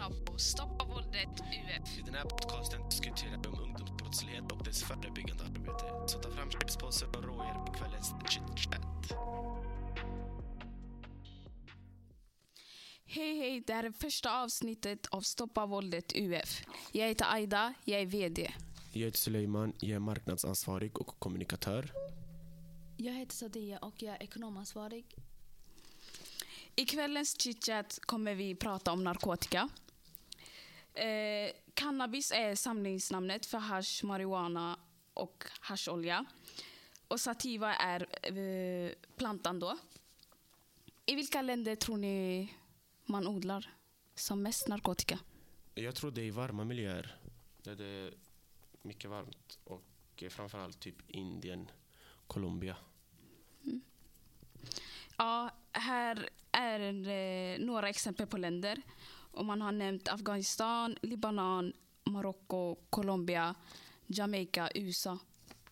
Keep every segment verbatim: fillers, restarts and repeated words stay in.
lyssnar på Stoppa våldet U F. I den här podcasten diskuterar vi om ungdomsbrottslighet och dess förebyggande arbete. Så ta fram chipspåsar och rå er på kvällens chit-chat. Hej hej, det här är första avsnittet av Stoppa våldet U F. Jag heter Aida, jag är vd. Jag heter Suleiman, jag är marknadsansvarig och kommunikatör. Jag heter Sadia och jag är ekonomansvarig. I kvällens chitchat kommer vi prata om narkotika. Eh, cannabis är samlingsnamnet för hash, marijuana och hasholja. Och sativa är eh, plantan då. I vilka länder tror ni man odlar som mest narkotika? Jag tror det är i varma miljöer. Där det är mycket varmt. Och framförallt typ Indien, Colombia. Mm. Ja, här är eh, några exempel på länder. Och man har nämnt Afghanistan, Libanon, Marocko, Colombia, Jamaica, U S A.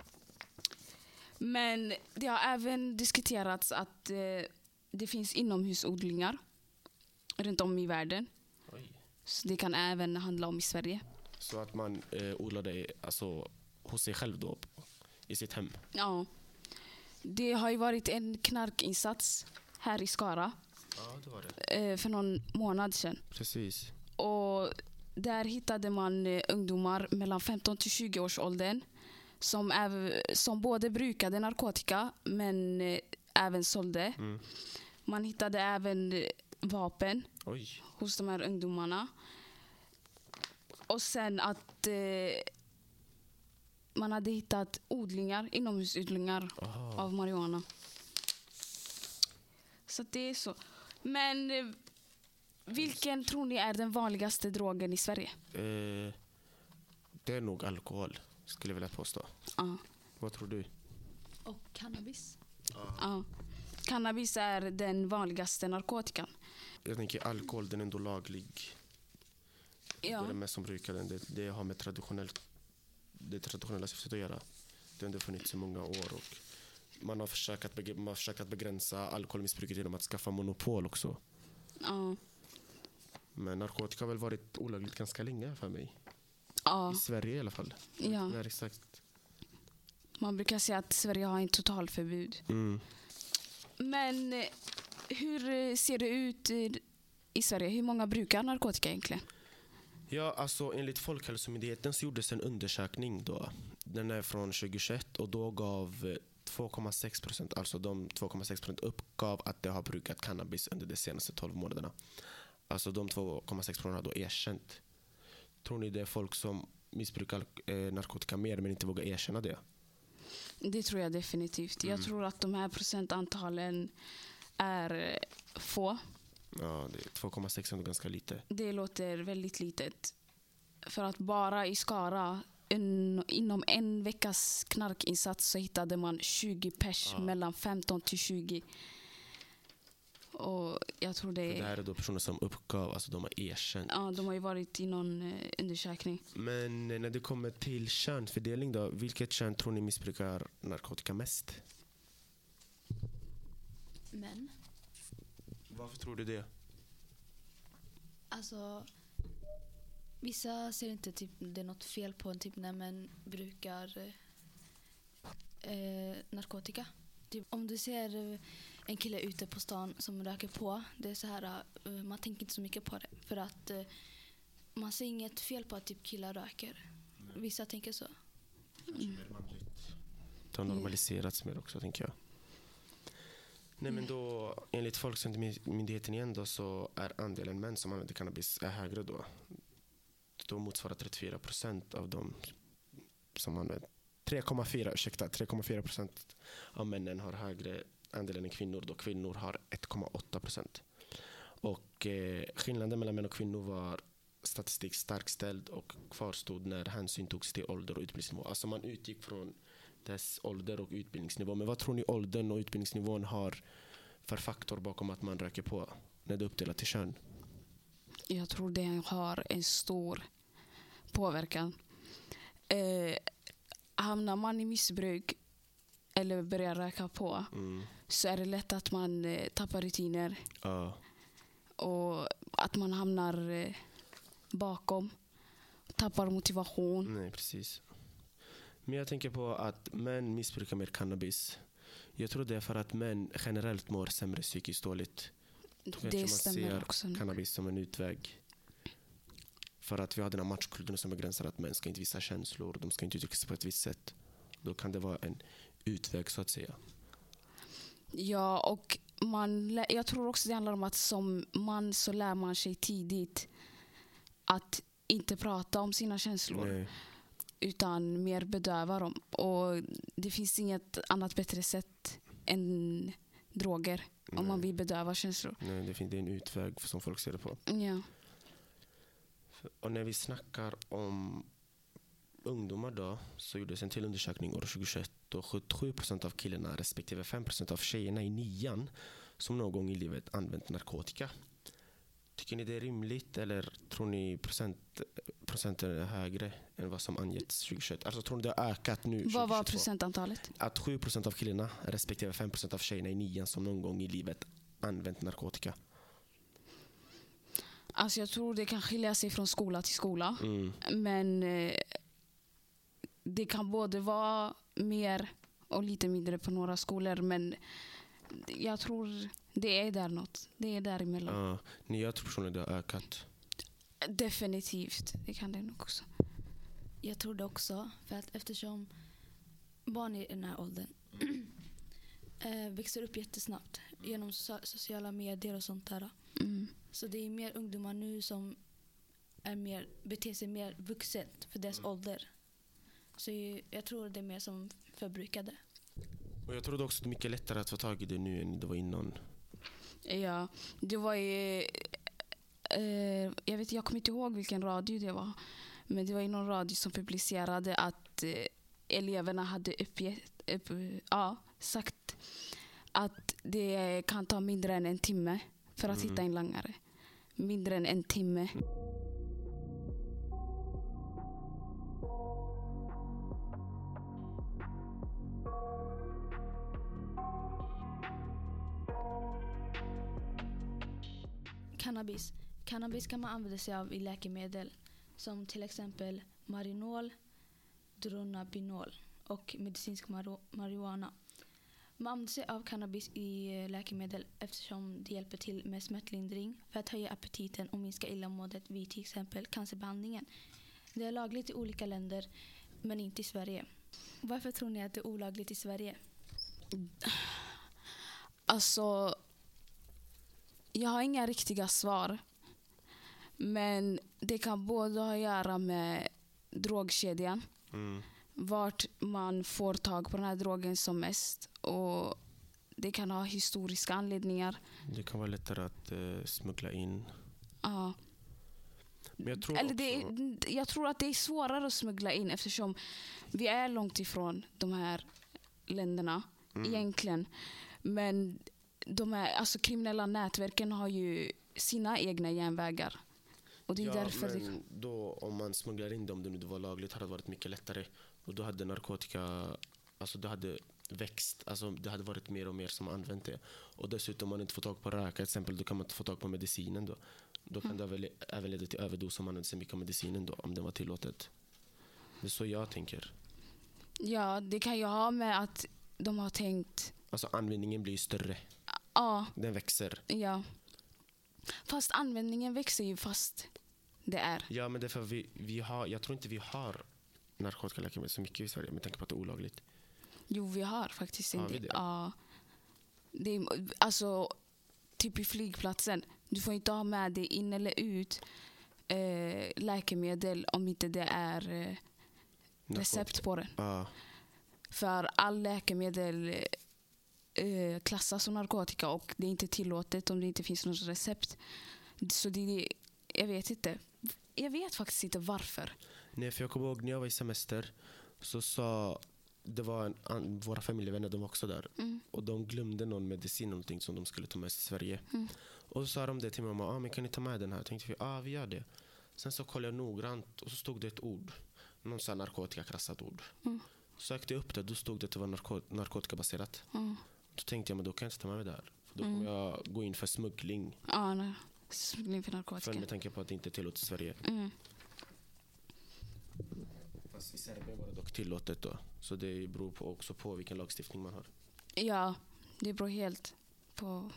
Men det har även diskuterats att eh, det finns inomhusodlingar runt om i världen. Oj. Så det kan även handla om i Sverige. Så att man eh, odlar det alltså, hos sig själv då, i sitt hem? Ja. Det har ju varit en knarkinsats här i Skara. Ja, det var det. Eh, för någon månad sedan. Precis. Och där hittade man eh, ungdomar mellan femton till tjugo års åldern som, äv- som både brukade narkotika men eh, även sålde. Mm. Man hittade även eh, vapen Oj. hos de här ungdomarna. Och sen att eh, man hade hittat odlingar, inomhusodlingar Aha. av marijuana. Så det är så. Men eh, vilken tror ni är den vanligaste drogen i Sverige? Eh, det är nog alkohol, skulle jag vilja påstå. Ja. Vad tror du? Och cannabis. Ja. Cannabis är den vanligaste narkotikan. Jag tänker alkohol, den är ändå laglig. Ja. Det är det mest som brukar den. Det, det har med traditionellt, det traditionella syftet att göra. Det har ändå funnits i många år. Och man har försökt att, beg- man har försökt att begränsa alkoholmissbruket genom att skaffa monopol också. Ja. Men narkotika har väl varit olagligt ganska länge för mig. Ja. I Sverige i alla fall. Ja. Nej, exakt. Man brukar säga att Sverige har en totalförbud. Mm. Men eh, hur eh, ser det ut i, i Sverige? Hur många brukar narkotika egentligen? Ja, alltså enligt Folkhälsomyndigheten så gjordes en undersökning då. Den är från tjugohundratjugoett och då gav eh, två komma sex procent, alltså de två komma sex procent uppgav att de har brukat cannabis under de senaste tolv månaderna. Alltså de två komma sex procent har då erkänt. Tror ni det är folk som missbrukar eh, narkotika mer men inte vågar erkänna det? Det tror jag definitivt. Jag Mm. tror att de här procentantalen är eh, få. Ja, det är två komma sex är ganska lite. Det låter väldigt litet. För att bara i Skara en, inom en veckas knarkinsats så hittade man tjugo pers Ja. mellan femton till tjugo. Och jag tror det För det är... här är då personer som uppgav, alltså de har erkänt. Ja, de har ju varit i någon eh, undersökning. Men eh, när det kommer till könfördelning då, vilket kön tror ni missbrukar narkotika mest? Men, Varför tror du det? alltså, vissa ser inte typ det är något fel på typ när män brukar eh, narkotika. Typ, om du ser eh, en kille ute på stan som röker på, det är så här, eh, man tänker inte så mycket på det. För att eh, man ser inget fel på att typ killar röker. Vissa tänker så. Kanske mer manligt. Det har normaliserats mer också, tänker jag. Nej, men då, enligt Folkhälsomyndigheten igen då, så är andelen män som använder cannabis är högre då. Då motsvarar trettiofyra procent av de som använder tre komma fyra, ursäkta, tre komma fyra procent av männen har högre andel än kvinnor, då kvinnor har ett komma åtta procent. Och eh, skillnaden mellan män och kvinnor var statistik starkställd och kvarstod när hänsyn togs till ålder och utbildningsnivå. Alltså man utgick från dess ålder och utbildningsnivå. Men vad tror ni åldern och utbildningsnivån har för faktor bakom att man röker på när det är uppdelat till kön? Jag tror det har en stor påverkan. Eh, hamnar man i missbruk eller börjar röka på Mm. så är det lätt att man eh, tappar rutiner Ja. och att man hamnar eh, bakom. Tappar motivation. Nej, precis. Men jag tänker på att män missbrukar mer cannabis. Jag tror det är för att män generellt mår sämre psykiskt dåligt. Det man stämmer ser också. cannabis som en utväg. För att vi har den här matchkulturen som begränsar att män ska inte visa känslor. De ska inte uttrycka sig på ett visst sätt. Då kan det vara en utväg så att säga. Ja, och man, lä- jag tror också det handlar om att som man så lär man sig tidigt att inte prata om sina känslor. Nej. Utan mer bedöva dem. Och det finns inget annat bättre sätt än droger. Nej. Om man vill bedöva känslor. Nej, det finns det är en utväg som folk ser det på. Ja. Och när vi snackar om ungdomar då, så gjordes en till undersökning år tjugohundratjugoett då sjuttiosju procent av killarna respektive fem procent av tjejerna i nian som någon gång i livet använt narkotika. Tycker ni det är rimligt eller tror ni procent, procenten är högre än vad som angetts tjugohundratjugoett? Alltså tror ni det har ökat nu tjugohundratjugotvå? Vad var procentantalet? Att sju procent av killarna respektive fem procent av tjejerna i nian som någon gång i livet använt narkotika. Alltså jag tror det kan skilja sig från skola till skola. Mm. Men eh, det kan både vara mer och lite mindre på några skolor. Men jag tror det är där något. Det är däremellan. Ja, ni jag tror personligen det har ökat. Definitivt. Det kan det nog också. Jag tror det också, för att eftersom barn i den här åldern eh, växer upp jättesnabbt genom so- sociala medier och sånt där. Mm. Så det är mer ungdomar nu som är mer, beter sig mer vuxet för dess Mm. ålder. Så jag, jag tror det är mer som förbrukade. Och jag tror också att det är mycket lättare att få tag i det nu än det var innan. Ja, det var ju... Eh, jag vet, jag kommer inte ihåg vilken radio det var. Men det var ju någon radio som publicerade att eh, eleverna hade uppgett, upp, ja, sagt att det kan ta mindre än en timme för att Mm. hitta en langare. Mindre än en timme. Cannabis. Cannabis kan man använda sig av i läkemedel som till exempel Marinol, Dronabinol och medicinsk maro- marijuana. Man använder sig av cannabis i eh, läkemedel eftersom det hjälper till med smärtlindring för att höja aptiten och minska illamåendet vid till exempel cancerbehandlingen. Det är lagligt i olika länder men inte i Sverige. Varför tror ni att det är olagligt i Sverige? Alltså, jag har inga riktiga svar. Men det kan både ha att göra med drogkedjan. Mm. Vart man får tag på den här drogen som mest. Och det kan ha historiska anledningar. Det kan vara lättare att eh, smuggla in. Ja. Men jag tror Eller också... det, jag tror att det är svårare att smuggla in eftersom vi är långt ifrån de här länderna Mm. egentligen. Men de här, alltså kriminella nätverken har ju sina egna järnvägar. Och det är Ja, därför det, men då om man smugglar in dem, om det var lagligt, hade det varit mycket lättare. Och då hade narkotika, alltså det hade växt, alltså det hade varit mer och mer som använt det. Och dessutom om man inte får tag på röka till exempel, då kan man inte få tag på medicinen då. Då kan Mm. det även- även leda till överdos om man använder sig mycket av medicinen då, om det var tillåtet. Det är så jag tänker. ja, det kan ju ha med att de har tänkt, Alltså användningen blir större, ja, den växer. ja. Fast användningen växer ju fast det är. Ja, men det är för vi, vi har, jag tror inte vi har narkotikaläkemedel så mycket i Sverige med tanke på att det är olagligt. Jo, vi har faktiskt en Har vi del. det? Ja. Det är, alltså, typ i flygplatsen. Du får inte ha med dig in eller ut eh, läkemedel om inte det är eh, recept på den. Ja, För all läkemedel eh, klassas som narkotika och det är inte tillåtet om det inte finns något recept. Så det, jag vet inte. Jag vet faktiskt inte varför. nej, för jag kommer ihåg när jag var i semester så sa det var en, an, våra familjevänner, de var också där. Mm. Och de glömde någon medicin någonting som de skulle ta med sig till Sverige. Mm. Och så sa de det till mamma, ah, men kan ni ta med den här? Jag tänkte vi, ah, vi gör det. Sen så kollade jag noggrant och så stod det ett ord. Någon sån här narkotikaklassat ord. Mm. Sökte jag upp det, då stod det att det var narko- narkotikabaserat. Mm. Då tänkte jag, men då kan jag inte ta med mig det här. För då kommer Mm. jag gå in för smuggling. Ja, nej. Smuggling för narkotika. För med tanke på att det inte är tillåtet i Sverige. Mm. Fast i Serbien var det dock tillåtet då. Så det beror på också på vilken lagstiftning man har. Ja, det beror helt på...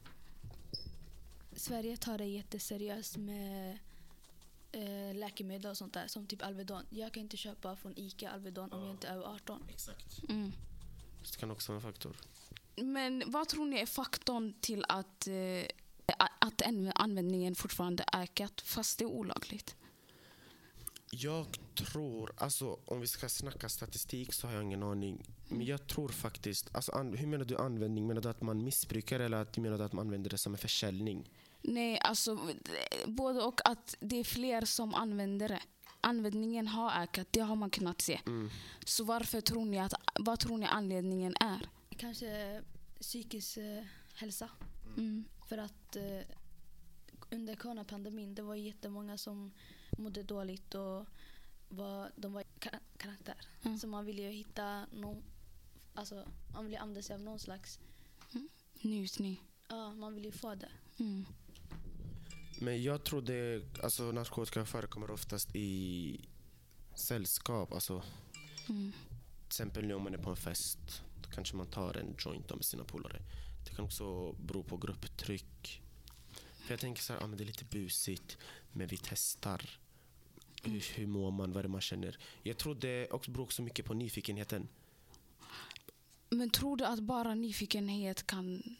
Sverige tar det jätteseriöst med eh, läkemedel och sånt där. Som typ Alvedon. Jag kan inte köpa från Ica Alvedon om jag inte är över arton. Exakt. Mm. Så det kan också vara en faktor. Men vad tror ni är faktorn till att, eh, att användningen fortfarande ökat fast det är olagligt? Jag tror, alltså om vi ska snacka statistik så har jag ingen aning. Men jag tror faktiskt, alltså, an, hur menar du användning? Menar du att man missbrukar eller att du menar att man använder det som en försäljning? Nej, alltså både och att det är fler som använder det. Användningen har ökat, det har man kunnat se. Mm. Så varför tror ni att, vad tror ni anledningen är? Kanske psykisk eh, hälsa. Mm. För att eh, under coronapandemin det var jättemånga som mådde dåligt och var, de var i ka- karaktär. Mm. Så man ville ju hitta någon, alltså man ville använda sig av någon slags, Njutning. ja man vill ju få det. Mm. Men jag tror det, alltså narkotika förekommer oftast i sällskap. Alltså, Mm. till exempel nu om man är på en fest, då kanske man tar en joint med sina polare. Det kan också bero på grupptryck. För jag tänker så här, ah, men det är lite busigt, men vi testar. Hur, hur mår man, vad är det man känner? Jag tror det också beror också mycket på nyfikenheten. Men tror du att bara nyfikenhet kan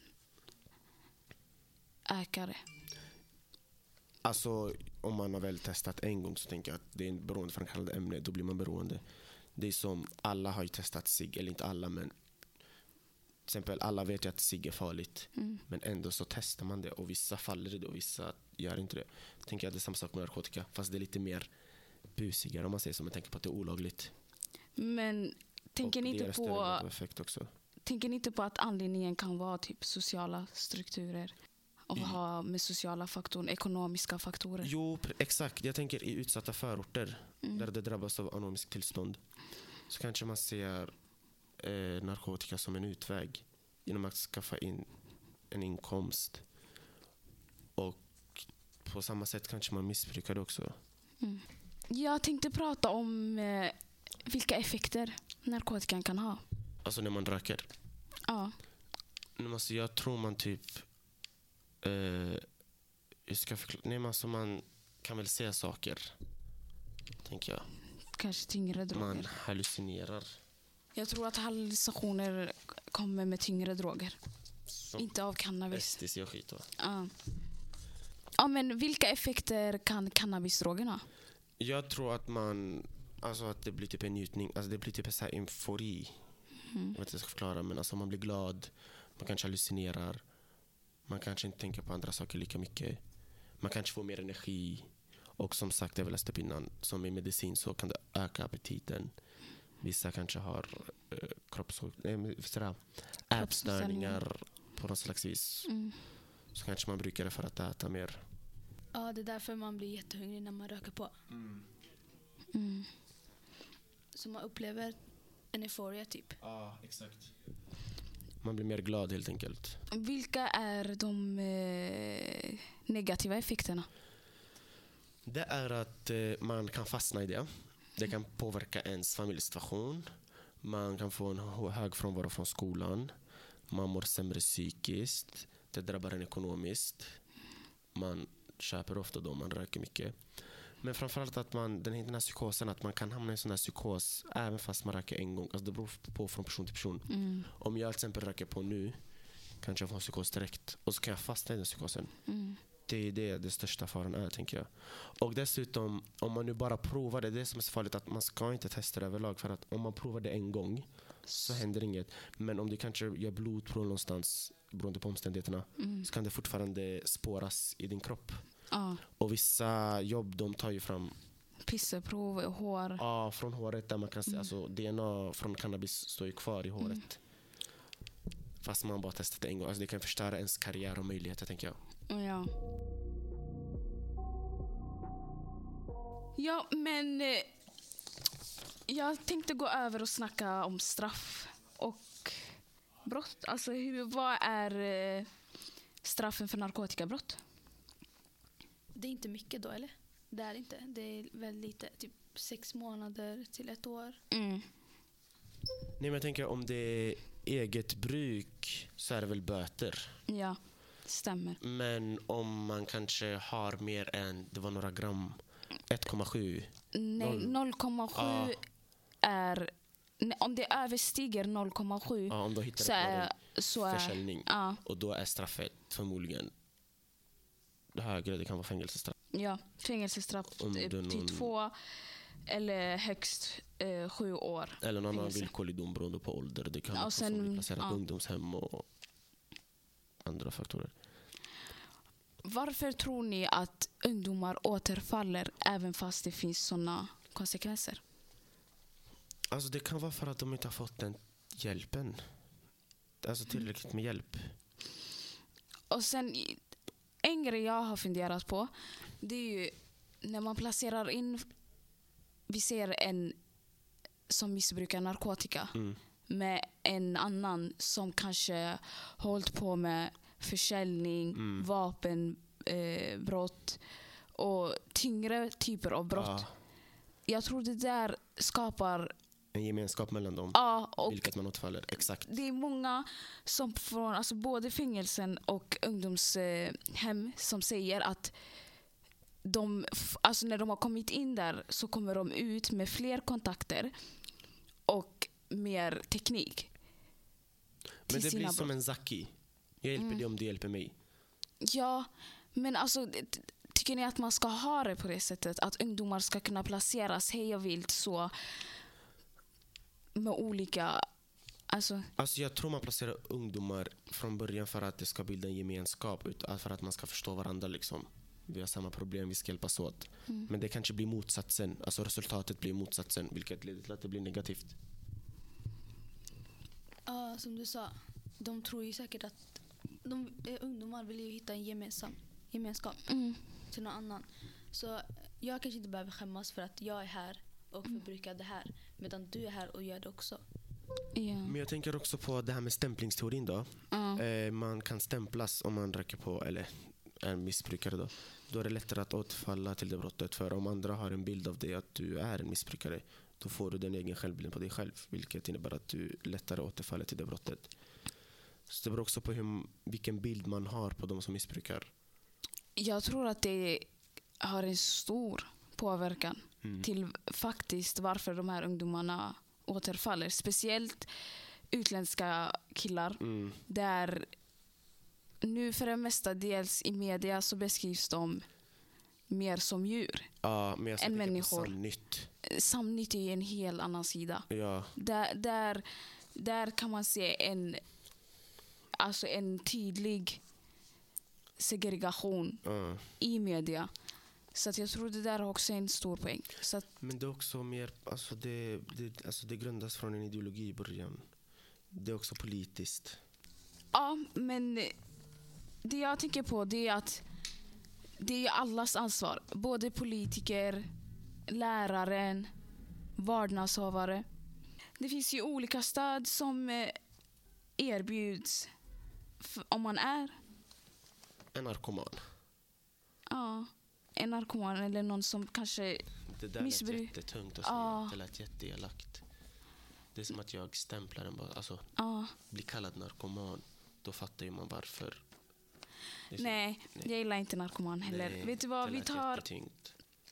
öka det? Alltså om man har väl testat en gång så tänker jag att det är en beroendeframkallande ämne, då blir man beroende. Det är som alla har ju testat cigg, eller inte alla, men till exempel alla vet ju att cigg är farligt. Mm. Men ändå så testar man det och vissa faller i det och vissa gör inte det. Jag tänker att det är samma sak med narkotika, fast det är lite mer busigare om man säger så, med tanke på att det är olagligt. Men tänker ni, Och det inte ger större på, effekt också. tänker ni inte på att anledningen kan vara typ sociala strukturer och Mm. ha med sociala faktorer, ekonomiska faktorer? Jo, pr- exakt. Jag tänker i utsatta förorter Mm. där det drabbas av anomiskt tillstånd, så kanske man ser eh, narkotika som en utväg genom att skaffa in en inkomst. Och på samma sätt kanske man missbrukar det också. Mm. Jag tänkte prata om eh, vilka effekter narkotikan kan ha. Alltså när man röker. Ja. Men alltså, jag tror man typ eh, jag ska förklara, nej, men alltså man kan väl se saker, tänker jag. Kanske tyngre droger. Man hallucinerar. Jag tror att hallucinationer kommer med tyngre droger. Som Inte av cannabis. ecstasy och skit, va? Ja. Ja, men vilka effekter kan cannabisdrogen ha? Jag tror att man, alltså att det blir typ en njutning, alltså det blir typ en så här eufori. Mm. Jag vet inte hur jag ska förklara, men alltså man blir glad, man kanske hallucinerar, man kanske inte tänker på andra saker lika mycket, man kanske får mer energi, och som sagt, jag vill läsa upp innan, som i medicin så kan det öka aptiten. Vissa kanske har eh, kropps- nej, men sådär, ätstörningar på något slags vis. Mm. Så kanske man brukar det för att äta mer. Ja, det är därför man blir jättehungrig när man röker på. Mm. Så man upplever en euforia typ. Ja, exakt. Man blir mer glad helt enkelt. Vilka är de eh, negativa effekterna? Det är att eh, man kan fastna i det. Det kan påverka ens familjesituation. Man kan få en hö- hög frånvaro från skolan. Man mår sämre psykiskt. Det drabbar en ekonomiskt. Man köper ofta då man röker mycket. Men framförallt att man, den, den här psykosen, att man kan hamna i en sån här psykos även fast man röker en gång. Alltså det beror på från person till person. Mm. Om jag till exempel röker på nu, kanske jag får en psykos direkt. Och så kan jag fastna i den psykosen. Mm. Det är det det största faran är, tänker jag. Och dessutom, om man nu bara provar det, det är som är så farligt att man ska inte testa det överlag. För att om man provar det en gång så händer inget. Men om du kanske gör blodprov någonstans, beroende på omständigheterna, Mm. så kan det fortfarande spåras i din kropp. Ja. Och vissa jobb, de tar ju fram Pisseprov, hår. ja, från håret där man kan se, Mm. alltså D N A från cannabis står ju kvar i håret. Mm. Fast man bara testat det en gång. Alltså det kan förstöra ens karriär och möjligheter, tänker jag. Ja. Ja, men eh, jag tänkte gå över och snacka om straff och brott. Alltså, hur, vad är eh, straffen för narkotikabrott? det är inte mycket då, eller? Det är inte. Det är väldigt lite. Typ sex månader till ett år. Mm. Nej, men jag tänker om det är eget bruk så är det väl böter. Ja, stämmer. Men om man kanske har mer än, det var några gram, ett komma sju. Nej, Noll. noll komma sju Ja. är... nej, om det överstiger noll komma sju Ja, om du hittar så det är... på Så en är försäljning. ja, Och då är straffet förmodligen högre. Det kan vara fängelsestraff. ja, fängelsestraff Om till det är någon- två eller högst eh, sju år. Eller någon annan Fängelse. villkorlig dom beroende på ålder. Det kan Ja, vara och sen, sen- placerat ja. på ungdomshem och andra faktorer. Varför tror ni att ungdomar återfaller även fast det finns såna konsekvenser? Alltså det kan vara för att de inte har fått den hjälpen. Alltså tillräckligt med hjälp. Och sen en grej jag har funderat på, det är ju när man placerar in, vi ser en som missbrukar narkotika Mm. med en annan som kanske hållit på med försäljning, Mm. vapenbrott eh, brott och tyngre typer av brott. Ja, Jag tror det där skapar, en gemenskap mellan dem. ja, och Vilket man återfaller. Exakt. det är många som från alltså både fängelsen och ungdomshem som säger att de, f- alltså när de har kommit in där så kommer de ut med fler kontakter och mer teknik. Men till det sina blir som brott. en Zaki. Jag hjälper Mm. dig om du hjälper mig. Ja, men alltså det- tycker ni att man ska ha det på det sättet? Att ungdomar ska kunna placeras hej och vilt så med olika... Alltså, Alltså jag tror man placerar ungdomar från början för att det ska bilda en gemenskap. ut- För att man ska förstå varandra liksom. Vi har samma problem, vi ska hjälpas åt. Mm. Men det kanske blir motsatsen. Alltså resultatet blir motsatsen. Vilket leder till att det blir negativt. Ja, som du sa. De tror ju säkert att de, eh, ungdomar vill ju hitta en gemensam, gemenskap mm, till någon annan. Så jag kanske inte behöver skämmas för att jag är här och Mm. förbrukar det här. Medan du är här och gör det också. ja. Men jag tänker också på det här med stämplingsteorin då. Ja. Eh, man kan stämplas om man röker på eller är missbrukare då. Då är det lättare att återfalla till det brottet. För om andra har en bild av dig att du är en missbrukare, då får du den egen självbilden på dig själv. Vilket innebär att du lättare återfaller till det brottet. Så det beror också på hur, vilken bild man har på de som missbrukar. Jag tror att det har en stor påverkan Mm. till faktiskt varför de här ungdomarna återfaller. Speciellt utländska killar. Mm. Där nu för det mesta dels i media så beskrivs de mer som djur. Ja, men jag ska En tänka på människor. Samnytt. Samnytt är ju en helt annan sida. Ja, Där, där, där kan man se en, alltså en tydlig segregation ja. i media. Så att jag tror det där har också en stor poäng. Så att, Men det är också mer, alltså det, det, alltså det grundas från en ideologi i början. Det är också politiskt. ja, men det jag tänker på det är att det är allas ansvar. Både politiker, läraren, vårdnadshavare. Det finns ju olika stöd som eh, erbjuds f- om man är En narkoman. ja, en narkoman eller någon som kanske... Det där Missbruk. lät jättetungt att säga. Ja. Det lät jätteelakt. Det är som att jag stämplar en bara. Alltså, Ja, blir kallad narkoman. Då fattar ju man varför. Det är så- nej, nej. jag gillar inte narkoman heller. Nej, Vet du vad, det vi lät tar... jättetyngt.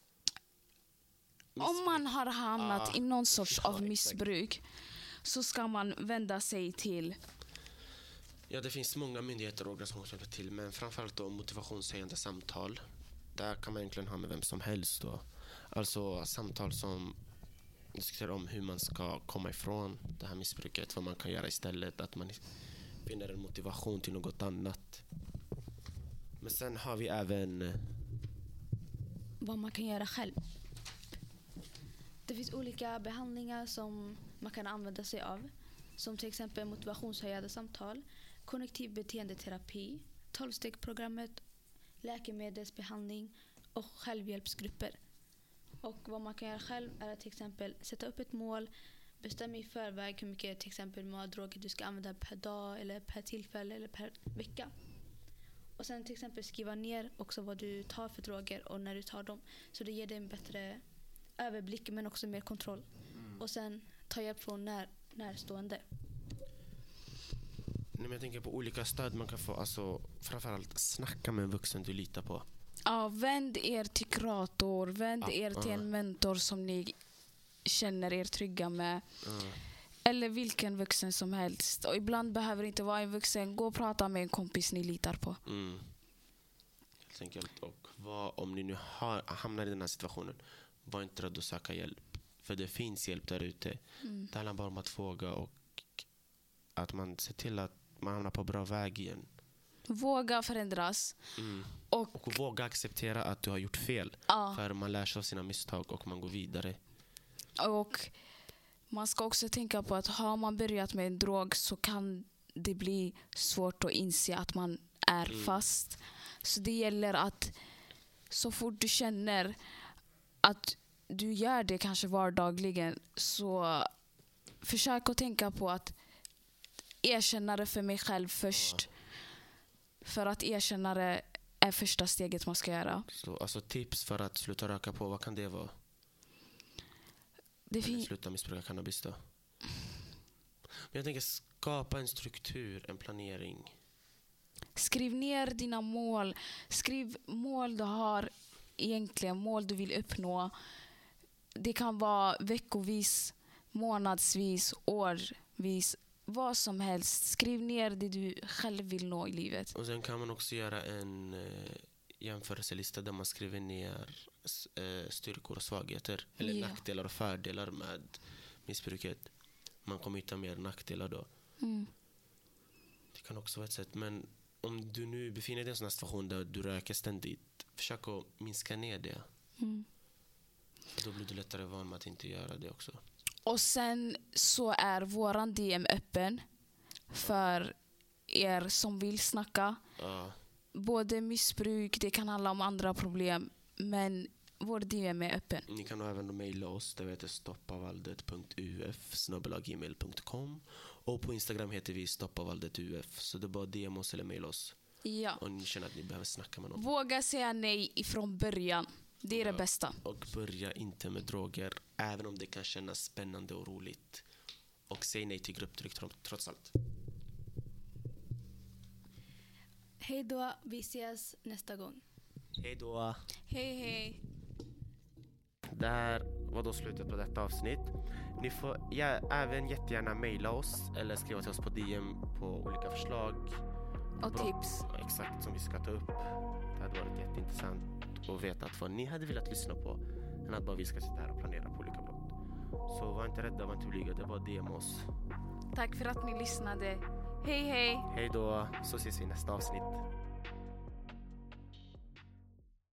Om man har hamnat Ah, i någon sorts ja, av exakt. missbruk så ska man vända sig till... Ja, det finns många myndigheter och organisationer som hjälper till. Men framförallt då motivationshöjande samtal. Där kan man egentligen ha med vem som helst då. Alltså samtal som diskuterar om hur man ska komma ifrån det här missbruket. Vad man kan göra istället. Att man finner en motivation till något annat. Men sen har vi även... eh, Vad man kan göra själv. Det finns olika behandlingar som man kan använda sig av. Som till exempel motivationshöjande samtal, kognitiv beteendeterapi, tolv-stegsprogrammet, läkemedelsbehandling och självhjälpsgrupper. Och vad man kan göra själv är att till exempel sätta upp ett mål, bestämma i förväg hur mycket till exempel droger du ska använda per dag eller per tillfälle eller per vecka. Och sen till exempel skriva ner också vad du tar för droger och när du tar dem. Så det ger dig en bättre överblick men också mer kontroll. Mm. Och sen ta hjälp från när, närstående. Nej, men jag tänker på olika stöd man kan få. Alltså, framförallt snacka med en vuxen du litar på. Ja, vänd er till kurator. Vänd Ja, er till ja. en mentor som ni känner er trygga med. Mm. Eller vilken vuxen som helst. Och ibland behöver det inte vara en vuxen. Gå och prata med en kompis ni litar på. Mm. Helt enkelt. Och vad, om ni nu har, hamnar i den här situationen, var inte rädd att söka hjälp. För det finns hjälp där ute. Mm. Det handlar bara om att våga och att man ser till att man hamnar på bra väg igen. Våga förändras. Mm. Och, Och våga acceptera att du har gjort fel. ja, För man lär sig av sina misstag och man går vidare. och man ska också tänka på att har man börjat med en drog så kan det bli svårt att inse att man är Mm. fast. Så det gäller att så fort du känner att du gör det kanske vardagligen, så försök att tänka på att erkänna det för mig själv först. För att erkänna det är första steget man ska göra. Så, alltså tips för att sluta röka på, vad kan det vara? Det Eller fin- sluta missbruka cannabis då? Men jag tänker skapa en struktur, en planering. Skriv ner dina mål. Skriv mål du har egentligen, mål du vill uppnå. Det kan vara veckovis, månadsvis, årvis, vad som helst. Skriv ner det du själv vill nå i livet. Och sen kan man också göra en eh, jämförelselista där man skriver ner eh, styrkor och svagheter. Eller Ja. nackdelar och fördelar med missbruket. Man kommer hitta mer nackdelar då. Mm. Det kan också vara ett sätt. Men om du nu befinner dig i en sån här situation där du röker ständigt, försök att minska ner det. Mm. Då blir du lättare van med att inte göra det också. Och sen så är våran D M öppen för er som vill snacka. Ja. Både missbruk, det kan handla om andra problem. Men vår D M är öppen. Ni kan även mejla oss. Det heter stoppavaldet punkt u f snabel-a gmail punkt com. Och på Instagram heter vi stoppavaldet punkt u f. Så det är bara D M oss eller mejla oss. Ja. Och ni känner att ni behöver snacka med någon. Våga säga nej ifrån början. Det är det Ja. bästa. Och börja inte med droger. Även om det kan kännas spännande och roligt. Och säg nej till grupptryck tro- trots allt. Hej då, vi ses nästa gång. Hej då. Hej hej. Det här var då slutet på detta avsnitt. Ni får ja, även jättegärna mejla oss eller skriva till oss på D M på olika förslag. Och Bra. tips. Ja, exakt, som vi ska ta upp. Det hade varit jätteintressant att veta att vad ni hade velat lyssna på än att bara vi ska sitta här och planera på olika brott. Så var inte rädda, var inte blyga, det var D M oss. Tack för att ni lyssnade. Hej hej. Hej då, så ses vi i nästa avsnitt.